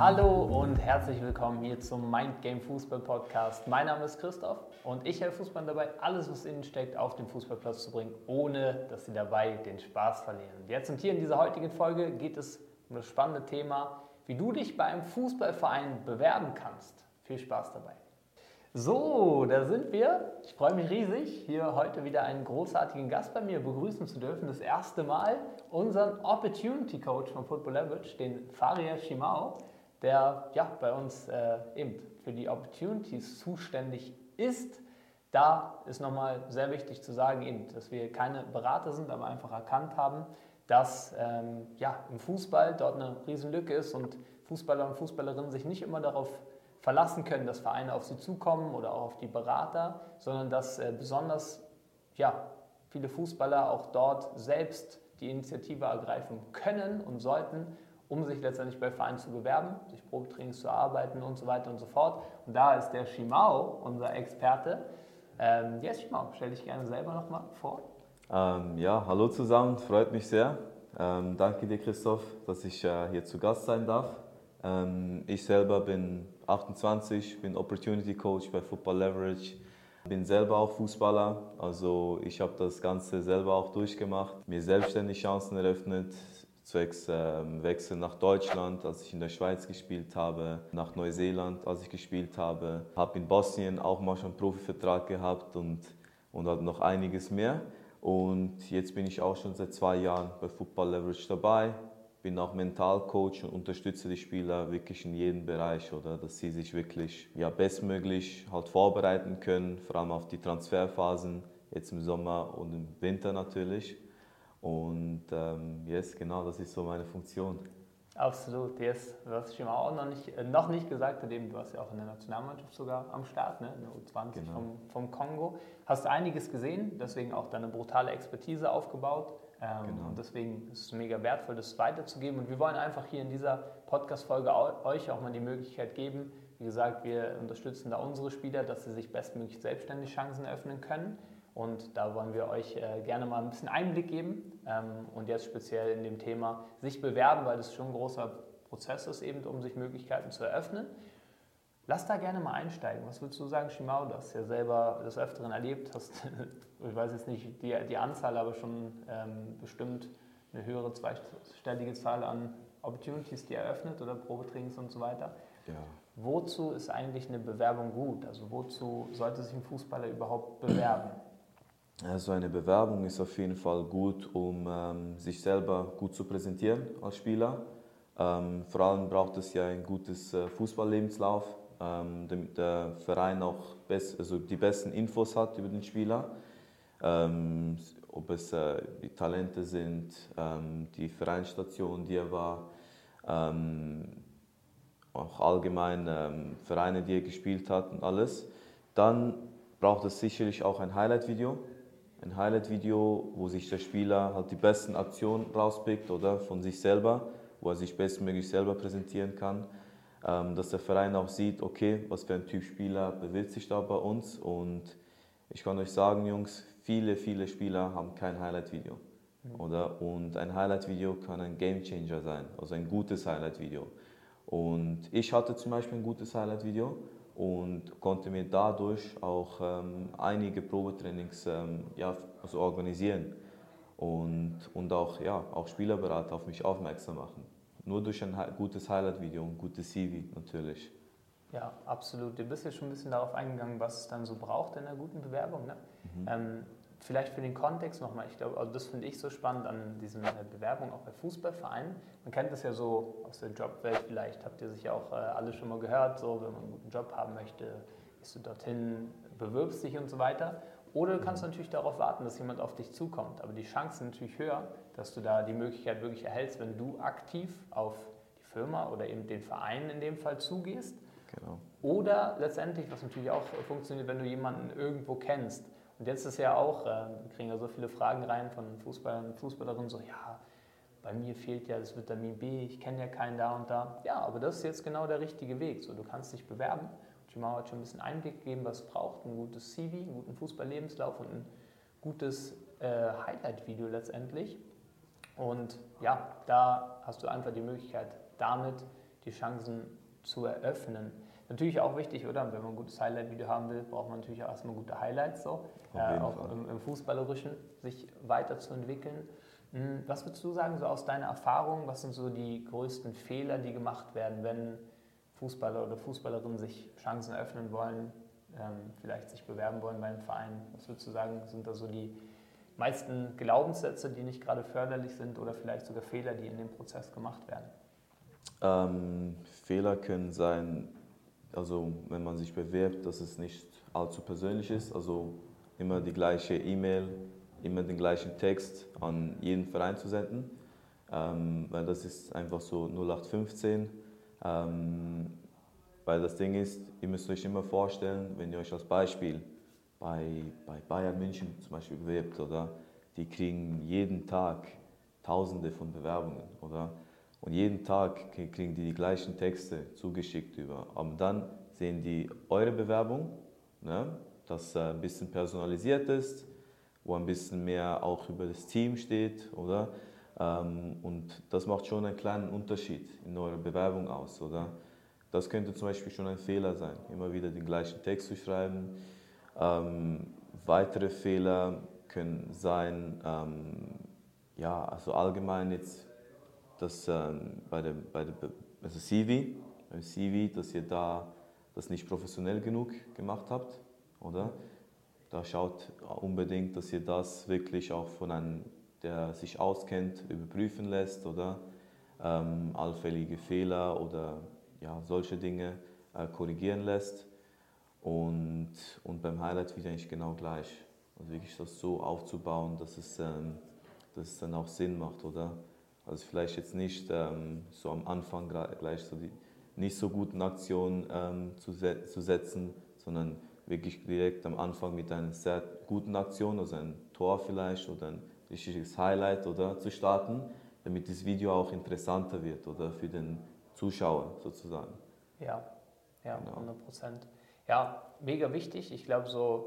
Hallo und herzlich willkommen hier zum Mind Game Fußball Podcast. Mein Name ist Christoph und ich helfe Fußballern dabei, alles was in ihnen steckt, auf den Fußballplatz zu bringen, ohne dass sie dabei den Spaß verlieren. Und jetzt und hier in dieser heutigen Folge geht es um das spannende Thema, wie du dich bei einem Fußballverein bewerben kannst. Viel Spaß dabei. So, da sind wir. Ich freue mich riesig, hier heute wieder einen großartigen Gast bei mir begrüßen zu dürfen. Das erste Mal unseren Opportunity Coach von Football Leverage, den Faria Shimao, der bei uns eben für die Opportunities zuständig ist. Da ist nochmal sehr wichtig zu sagen, eben, dass wir keine Berater sind, aber einfach erkannt haben, dass im Fußball dort eine Riesenlücke ist und Fußballer und Fußballerinnen sich nicht immer darauf verlassen können, dass Vereine auf sie zukommen oder auch auf die Berater, sondern dass besonders viele Fußballer auch dort selbst die Initiative ergreifen können und sollten, um sich letztendlich bei Vereinen zu bewerben, sich Probetrainings zu erarbeiten und so weiter und so fort. Und da ist der Shimao unser Experte. Shimao, stell dich gerne selber nochmal vor. Hallo zusammen, freut mich sehr. Danke dir, Christoph, dass ich hier zu Gast sein darf. Ich selber bin 28, bin Opportunity Coach bei Football Leverage. Bin selber auch Fußballer, also ich habe das Ganze selber auch durchgemacht, mir selbstständig Chancen eröffnet, zwecks Wechsel nach Deutschland, als ich in der Schweiz gespielt habe, nach Neuseeland, als ich gespielt habe, habe in Bosnien auch mal schon einen Profivertrag gehabt und halt noch einiges mehr. Und jetzt bin ich auch schon seit 2 Jahren bei Football Leverage dabei. Bin auch Mentalcoach und unterstütze die Spieler wirklich in jedem Bereich, oder dass sie sich wirklich bestmöglich halt vorbereiten können, vor allem auf die Transferphasen, jetzt im Sommer und im Winter natürlich. Und genau, das ist so meine Funktion. Absolut, yes. Was ich immer auch noch nicht gesagt habe, du warst ja auch in der Nationalmannschaft sogar am Start, ne? In der U20 Genau. vom Kongo. Hast einiges gesehen, deswegen auch deine brutale Expertise aufgebaut. Genau. Und deswegen ist es mega wertvoll, das weiterzugeben. Und wir wollen einfach hier in dieser Podcast-Folge euch auch mal die Möglichkeit geben. Wie gesagt, wir unterstützen da unsere Spieler, dass sie sich bestmöglich selbstständig Chancen eröffnen können. Und da wollen wir euch gerne mal ein bisschen Einblick geben und jetzt speziell in dem Thema sich bewerben, weil das schon ein großer Prozess ist, eben, um sich Möglichkeiten zu eröffnen. Lass da gerne mal einsteigen. Was würdest du sagen, Shimao? Du hast ja selber des Öfteren erlebt, hast, ich weiß jetzt nicht die Anzahl, aber schon bestimmt eine höhere zweistellige Zahl an Opportunities, die eröffnet oder Probetrainings und so weiter. Ja. Wozu ist eigentlich eine Bewerbung gut? Also wozu sollte sich ein Fußballer überhaupt bewerben? Also eine Bewerbung ist auf jeden Fall gut, um sich selber gut zu präsentieren als Spieler. Vor allem braucht es ja ein gutes Fußballlebenslauf, damit der Verein auch die besten Infos hat über den Spieler. Ob es die Talente sind, die Vereinsstation, die er war, auch allgemein Vereine, die er gespielt hat und alles. Dann braucht es sicherlich auch ein Highlight-Video. Ein Highlight-Video, wo sich der Spieler halt die besten Aktionen rauspickt oder von sich selber, wo er sich bestmöglich selber präsentieren kann. Dass der Verein auch sieht, okay, was für ein Typ Spieler bewirbt sich da bei uns. Und ich kann euch sagen, Jungs, viele Spieler haben kein Highlight-Video. Oder? Und ein Highlight-Video kann ein Gamechanger sein, also ein gutes Highlight-Video. Und ich hatte zum Beispiel ein gutes Highlight-Video und konnte mir dadurch auch einige Probetrainings organisieren und auch Spielerberater auf mich aufmerksam machen. Nur durch ein gutes Highlight-Video und gutes CV natürlich. Ja, absolut. Du bist ja schon ein bisschen darauf eingegangen, was es dann so braucht in einer guten Bewerbung. Ne? Vielleicht für den Kontext nochmal, ich glaube, also das finde ich so spannend an diesen Bewerbungen auch bei Fußballvereinen. Man kennt das ja so aus der Jobwelt vielleicht, habt ihr sicher auch alle schon mal gehört, so wenn man einen guten Job haben möchte, gehst du dorthin, bewirbst dich und so weiter. Oder du kannst natürlich darauf warten, dass jemand auf dich zukommt. Aber die Chance ist natürlich höher, dass du da die Möglichkeit wirklich erhältst, wenn du aktiv auf die Firma oder eben den Verein in dem Fall zugehst. Genau. Oder letztendlich, was natürlich auch funktioniert, wenn du jemanden irgendwo kennst. Und jetzt ist ja auch, wir kriegen ja so viele Fragen rein von Fußballern und Fußballerinnen, so, ja, bei mir fehlt ja das Vitamin B, ich kenne ja keinen da und da. Ja, aber das ist jetzt genau der richtige Weg. So, du kannst dich bewerben. Shimao hat schon ein bisschen Einblick gegeben, was es braucht. Ein gutes CV, einen guten Fußballlebenslauf und ein gutes Highlight-Video letztendlich. Und ja, da hast du einfach die Möglichkeit, damit die Chancen zu eröffnen. Natürlich auch wichtig, oder? Wenn man ein gutes Highlight-Video haben will, braucht man natürlich auch erstmal gute Highlights, so. Auch im Fußballerischen sich weiterzuentwickeln. Was würdest du sagen, so aus deiner Erfahrung, was sind so die größten Fehler, die gemacht werden, wenn Fußballer oder Fußballerinnen sich Chancen eröffnen wollen, vielleicht sich bewerben wollen beim Verein? Was würdest du sagen, sind da so die meisten Glaubenssätze, die nicht gerade förderlich sind oder vielleicht sogar Fehler, die in dem Prozess gemacht werden? Fehler können sein, also wenn man sich bewirbt, dass es nicht allzu persönlich ist, also immer die gleiche E-Mail, immer den gleichen Text an jeden Verein zu senden, weil das ist einfach so 0815. Weil das Ding ist, ihr müsst euch immer vorstellen, wenn ihr euch als Beispiel bei Bayern München zum Beispiel bewirbt, oder, die kriegen jeden Tag Tausende von Bewerbungen, oder? Und jeden Tag kriegen die gleichen Texte zugeschickt über. Aber dann sehen die eure Bewerbung, ne, das ein bisschen personalisiert ist, wo ein bisschen mehr auch über das Team steht, oder? Und das macht schon einen kleinen Unterschied in eurer Bewerbung aus, oder? Das könnte zum Beispiel schon ein Fehler sein, immer wieder den gleichen Text zu schreiben. Weitere Fehler können sein, ja, also allgemein jetzt, dass also beim CV, dass ihr da das nicht professionell genug gemacht habt, oder? Da schaut unbedingt, dass ihr das wirklich auch von einem, der sich auskennt, überprüfen lässt, oder? Allfällige Fehler oder ja, solche Dinge korrigieren lässt. Und beim Highlight wieder eigentlich genau gleich. Also wirklich das so aufzubauen, dass es dann auch Sinn macht, oder? Also vielleicht jetzt nicht so am Anfang gleich so die nicht so guten Aktionen zu setzen, sondern wirklich direkt am Anfang mit einer sehr guten Aktion, also ein Tor vielleicht oder ein richtiges Highlight, oder, zu starten, damit das Video auch interessanter wird, oder, für den Zuschauer sozusagen. Ja, genau. 100%. Ja, mega wichtig. Ich glaube, so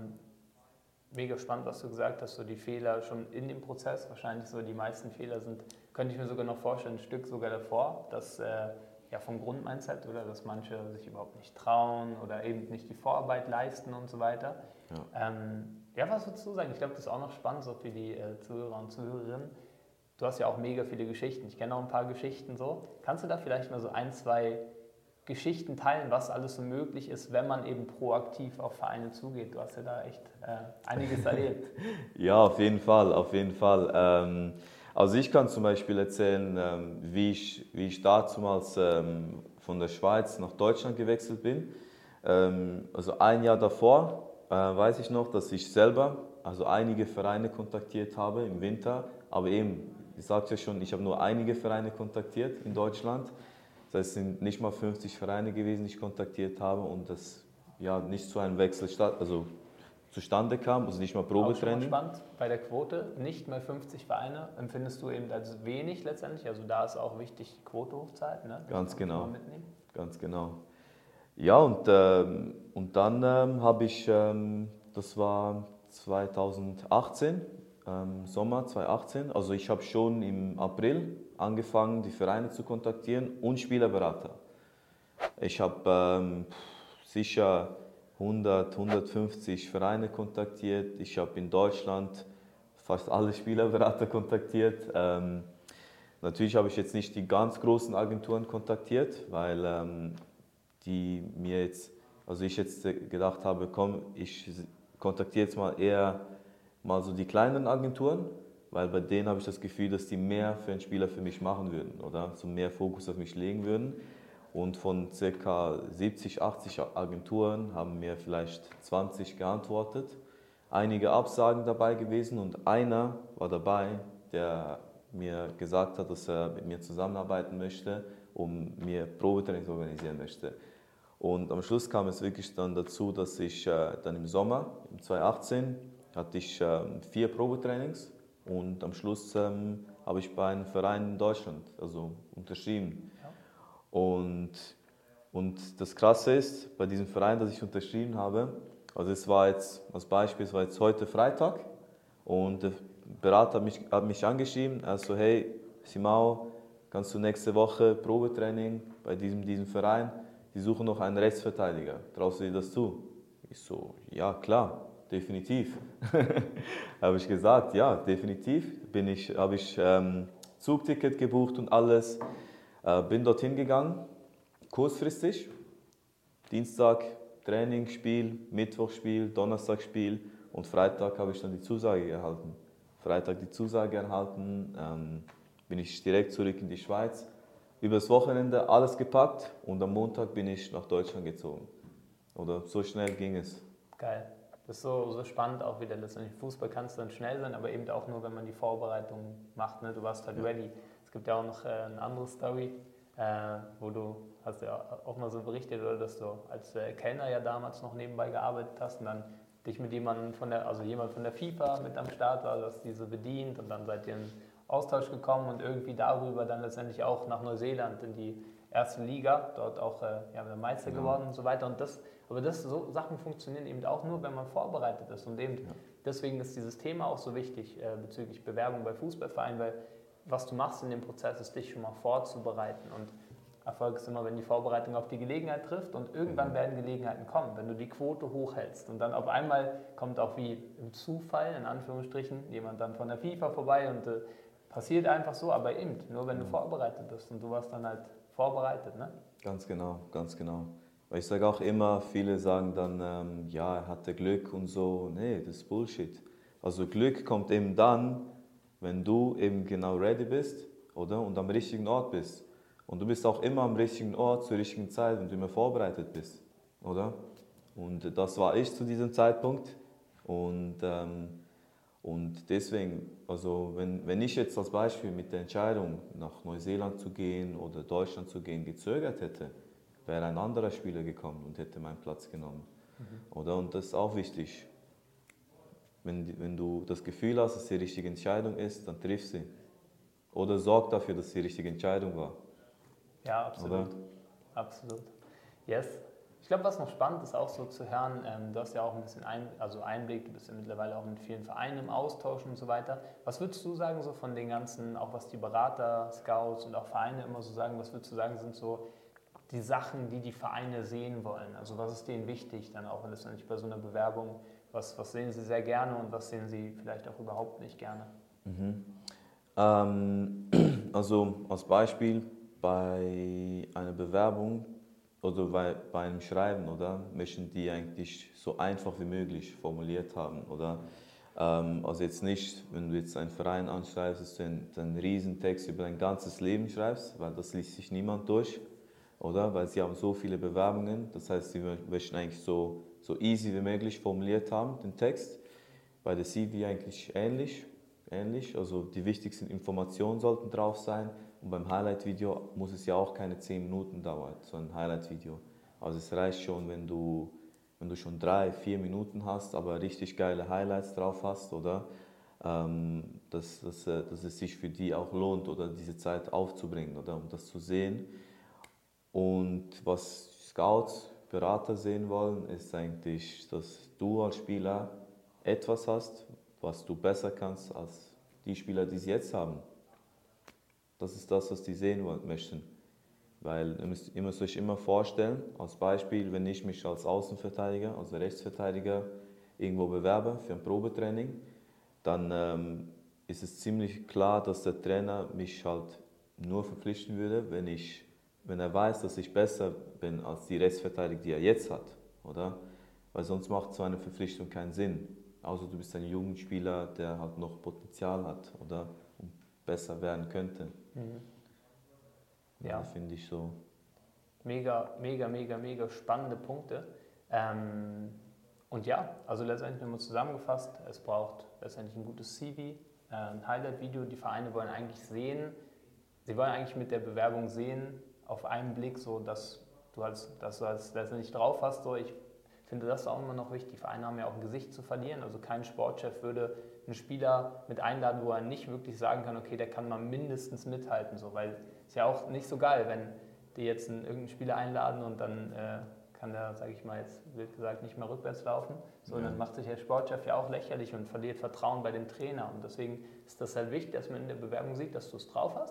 mega spannend, was du gesagt hast, so die Fehler schon in dem Prozess. Wahrscheinlich so die meisten Fehler sind, könnte ich mir sogar noch vorstellen, ein Stück sogar davor, dass ja vom Grundmindset, oder dass manche sich überhaupt nicht trauen oder eben nicht die Vorarbeit leisten und so weiter. Ja, was würdest du sagen? Ich glaube, das ist auch noch spannend so für die Zuhörer und Zuhörerinnen. Du hast ja auch mega viele Geschichten. Ich kenne auch ein paar Geschichten so. Kannst du da vielleicht mal so ein, zwei Geschichten teilen, was alles so möglich ist, wenn man eben proaktiv auf Vereine zugeht? Du hast ja da echt einiges erlebt. Ja, auf jeden Fall, auf jeden Fall. Also ich kann zum Beispiel erzählen, wie ich damals von der Schweiz nach Deutschland gewechselt bin. Also ein Jahr davor weiß ich noch, dass ich selber also einige Vereine kontaktiert habe im Winter, aber eben, ich sagte ja schon, ich habe nur einige Vereine kontaktiert in Deutschland. Das heißt, es sind nicht mal 50 Vereine gewesen, die ich kontaktiert habe, und das ja nicht zu einem Wechsel zustande kam, also nicht mal Probetraining. Auch schon mal spannend, bei der Quote nicht mehr 50 Vereine empfindest du eben als wenig letztendlich, also da ist auch wichtig, die Quote hochzuhalten, ne? Ganz genau, mitnehmen. Ganz genau. Ja, und dann habe ich, das war 2018, Sommer 2018, also ich habe schon im April angefangen, die Vereine zu kontaktieren und Spielerberater. Ich habe sicher 100, 150 Vereine kontaktiert. Ich habe in Deutschland fast alle Spielerberater kontaktiert. Natürlich habe ich jetzt nicht die ganz großen Agenturen kontaktiert, weil die mir jetzt, also ich jetzt gedacht habe, komm, ich kontaktiere jetzt mal eher mal so die kleinen Agenturen, weil bei denen habe ich das Gefühl, dass die mehr für einen Spieler für mich machen würden, oder so mehr Fokus auf mich legen würden. Und von ca. 70, 80 Agenturen haben mir vielleicht 20 geantwortet. Einige Absagen dabei gewesen und einer war dabei, der mir gesagt hat, dass er mit mir zusammenarbeiten möchte und mir Probetrainings organisieren möchte. Und am Schluss kam es wirklich dann dazu, dass ich dann im Sommer, im 2018, hatte ich 4 Probetrainings und am Schluss habe ich bei einem Verein in Deutschland also unterschrieben. Ja. Und das Krasse ist, bei diesem Verein, das ich unterschrieben habe, also es war jetzt, als Beispiel, es war jetzt heute Freitag und der Berater hat mich angeschrieben, also hey, Simao, kannst du nächste Woche Probetraining bei diesem Verein, die suchen noch einen Rechtsverteidiger. Traust du dir das zu? Ich so, ja klar, definitiv. Habe ich gesagt, ja, definitiv. Habe ich Zugticket gebucht und alles. Bin dorthin gegangen, kurzfristig. Dienstag Training, Spiel, Mittwoch Spiel, Donnerstag Spiel und Freitag habe ich dann die Zusage erhalten. Bin ich direkt zurück in die Schweiz. Übers Wochenende alles gepackt und am Montag bin ich nach Deutschland gezogen. Oder so schnell ging es. Geil. Das ist so spannend auch wieder. Letztendlich Fußball kann es dann schnell sein, aber eben auch nur, wenn man die Vorbereitung macht. Ne? Du warst halt ready. Es gibt ja auch noch eine andere Story, wo du hast ja auch mal so berichtet, oder, dass du als Kellner ja damals noch nebenbei gearbeitet hast und dann dich mit jemandem jemand von der FIFA mit am Start war, dass diese bedient und dann seid ihr in Austausch gekommen und irgendwie darüber dann letztendlich auch nach Neuseeland in die erste Liga, dort auch Meister geworden und so weiter. Und so Sachen funktionieren eben auch nur, wenn man vorbereitet ist. Und eben deswegen ist dieses Thema auch so wichtig bezüglich Bewerbung bei Fußballvereinen, weil was du machst in dem Prozess ist, dich schon mal vorzubereiten. Und Erfolg ist immer, wenn die Vorbereitung auf die Gelegenheit trifft und irgendwann werden Gelegenheiten kommen, wenn du die Quote hochhältst. Und dann auf einmal kommt auch wie im Zufall, in Anführungsstrichen, jemand dann von der FIFA vorbei und passiert einfach so, aber eben nur, wenn du vorbereitet bist. Und du warst dann halt vorbereitet, ne? Ganz genau, ganz genau. Weil ich sage auch immer, viele sagen dann, ja, er hatte Glück und so. Nee, das ist Bullshit. Also Glück kommt eben dann, wenn du eben genau ready bist, oder? Und am richtigen Ort bist. Und du bist auch immer am richtigen Ort zur richtigen Zeit und du immer vorbereitet bist, oder? Und das war ich zu diesem Zeitpunkt. Und deswegen, also wenn ich jetzt als Beispiel mit der Entscheidung, nach Neuseeland zu gehen oder Deutschland zu gehen, gezögert hätte, wäre ein anderer Spieler gekommen und hätte meinen Platz genommen. Oder? Und das ist auch wichtig. Wenn du das Gefühl hast, dass die richtige Entscheidung ist, dann triff sie. Oder sorg dafür, dass es die richtige Entscheidung war. Ja, absolut. Oder? Absolut. Yes. Ich glaube, was noch spannend ist, auch so zu hören, du hast ja auch ein bisschen Einblick, du bist ja mittlerweile auch mit vielen Vereinen im Austausch und so weiter. Was würdest du sagen, so von den ganzen, auch was die Berater, Scouts und auch Vereine immer so sagen, was würdest du sagen, sind so die Sachen, die die Vereine sehen wollen? Also was ist denen wichtig, dann auch letztendlich bei so einer Bewerbung, was sehen sie sehr gerne und was sehen sie vielleicht auch überhaupt nicht gerne? Also als Beispiel bei einer Bewerbung oder bei einem Schreiben, oder, möchten die eigentlich so einfach wie möglich formuliert haben, oder? Also jetzt nicht, wenn du jetzt einen Verein anschreibst, dass du einen Riesentext über dein ganzes Leben schreibst, weil das liest sich niemand durch, oder? Weil sie haben so viele Bewerbungen, das heißt, sie möchten eigentlich so easy wie möglich formuliert haben, den Text. Bei der CV eigentlich ähnlich, also die wichtigsten Informationen sollten drauf sein. Und beim Highlight-Video muss es ja auch keine 10 Minuten dauern, so ein Highlight-Video. Also es reicht schon, wenn du schon 3-4 Minuten hast, aber richtig geile Highlights drauf hast, oder? Dass es sich für die auch lohnt, oder diese Zeit aufzubringen, oder um das zu sehen. Und was Scouts, Berater sehen wollen, ist eigentlich, dass du als Spieler etwas hast, was du besser kannst als die Spieler, die sie jetzt haben. Das ist das, was die sehen möchten. Weil ihr müsst euch immer vorstellen, als Beispiel, wenn ich mich als Außenverteidiger, also Rechtsverteidiger, irgendwo bewerbe für ein Probetraining, dann ist es ziemlich klar, dass der Trainer mich halt nur verpflichten würde, wenn er weiß, dass ich besser bin als die Rechtsverteidiger, die er jetzt hat, oder? Weil sonst macht so eine Verpflichtung keinen Sinn. Außer du bist ein Jugendspieler, der halt noch Potenzial hat, oder? Und besser werden könnte. Ja. Finde ich so. Mega spannende Punkte. Und ja, also letztendlich nochmal zusammengefasst, es braucht letztendlich ein gutes CV, ein Highlight-Video. Die Vereine wollen eigentlich sehen, sie wollen eigentlich mit der Bewerbung sehen, auf einen Blick, so dass du letztendlich drauf hast. So, ich finde das auch immer noch wichtig. Die Vereine haben ja auch ein Gesicht zu verlieren. Also kein Sportchef würde einen Spieler mit einladen, wo er nicht wirklich sagen kann, okay, der kann mal mindestens mithalten. So, weil es ja auch nicht so geil, wenn die jetzt irgendeinen Spieler einladen und dann kann der, sage ich mal jetzt wild gesagt, nicht mehr rückwärts laufen. So, dann macht sich der Sportchef ja auch lächerlich und verliert Vertrauen bei dem Trainer. Und deswegen ist das halt wichtig, dass man in der Bewerbung sieht, dass du es drauf hast,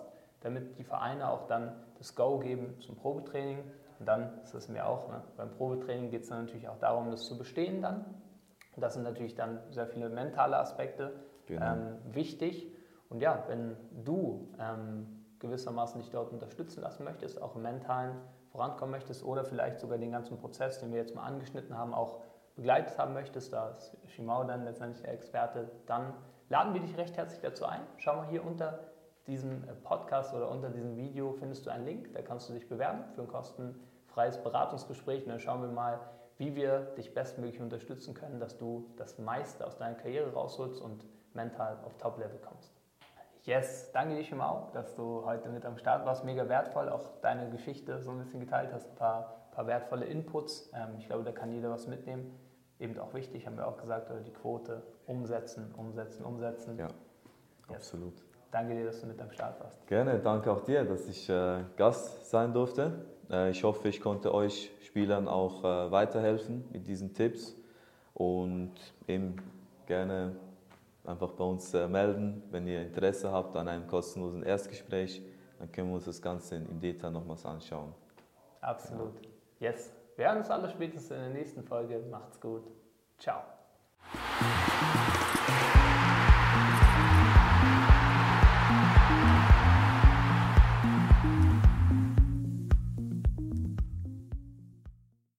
damit die Vereine auch dann das Go geben zum Probetraining. Und dann ist es mir auch, beim Probetraining geht es dann natürlich auch darum, das zu bestehen dann. Und das sind natürlich dann sehr viele mentale Aspekte wichtig. Und ja, wenn du gewissermaßen dich dort unterstützen lassen möchtest, auch im Mentalen vorankommen möchtest oder vielleicht sogar den ganzen Prozess, den wir jetzt mal angeschnitten haben, auch begleitet haben möchtest, da ist Shimao dann letztendlich der Experte, dann laden wir dich recht herzlich dazu ein. Schau mal hier unter diesem Podcast oder unter diesem Video findest du einen Link, da kannst du dich bewerben für ein kostenfreies Beratungsgespräch und dann schauen wir mal, wie wir dich bestmöglich unterstützen können, dass du das meiste aus deiner Karriere rausholst und mental auf Top-Level kommst. Yes, danke dir schon mal auch, dass du heute mit am Start warst. Mega wertvoll, auch deine Geschichte so ein bisschen geteilt hast, ein paar wertvolle Inputs. Ich glaube, da kann jeder was mitnehmen. Eben auch wichtig, haben wir auch gesagt, oder die Quote umsetzen. Ja, yes. Absolut. Danke dir, dass du mit am Start warst. Gerne, danke auch dir, dass ich Gast sein durfte. Ich hoffe, ich konnte euch Spielern auch weiterhelfen mit diesen Tipps und eben gerne einfach bei uns melden, wenn ihr Interesse habt an einem kostenlosen Erstgespräch, dann können wir uns das Ganze im Detail nochmals anschauen. Absolut. Ja. Yes. Wir hören uns alle spätestens in der nächsten Folge. Macht's gut. Ciao.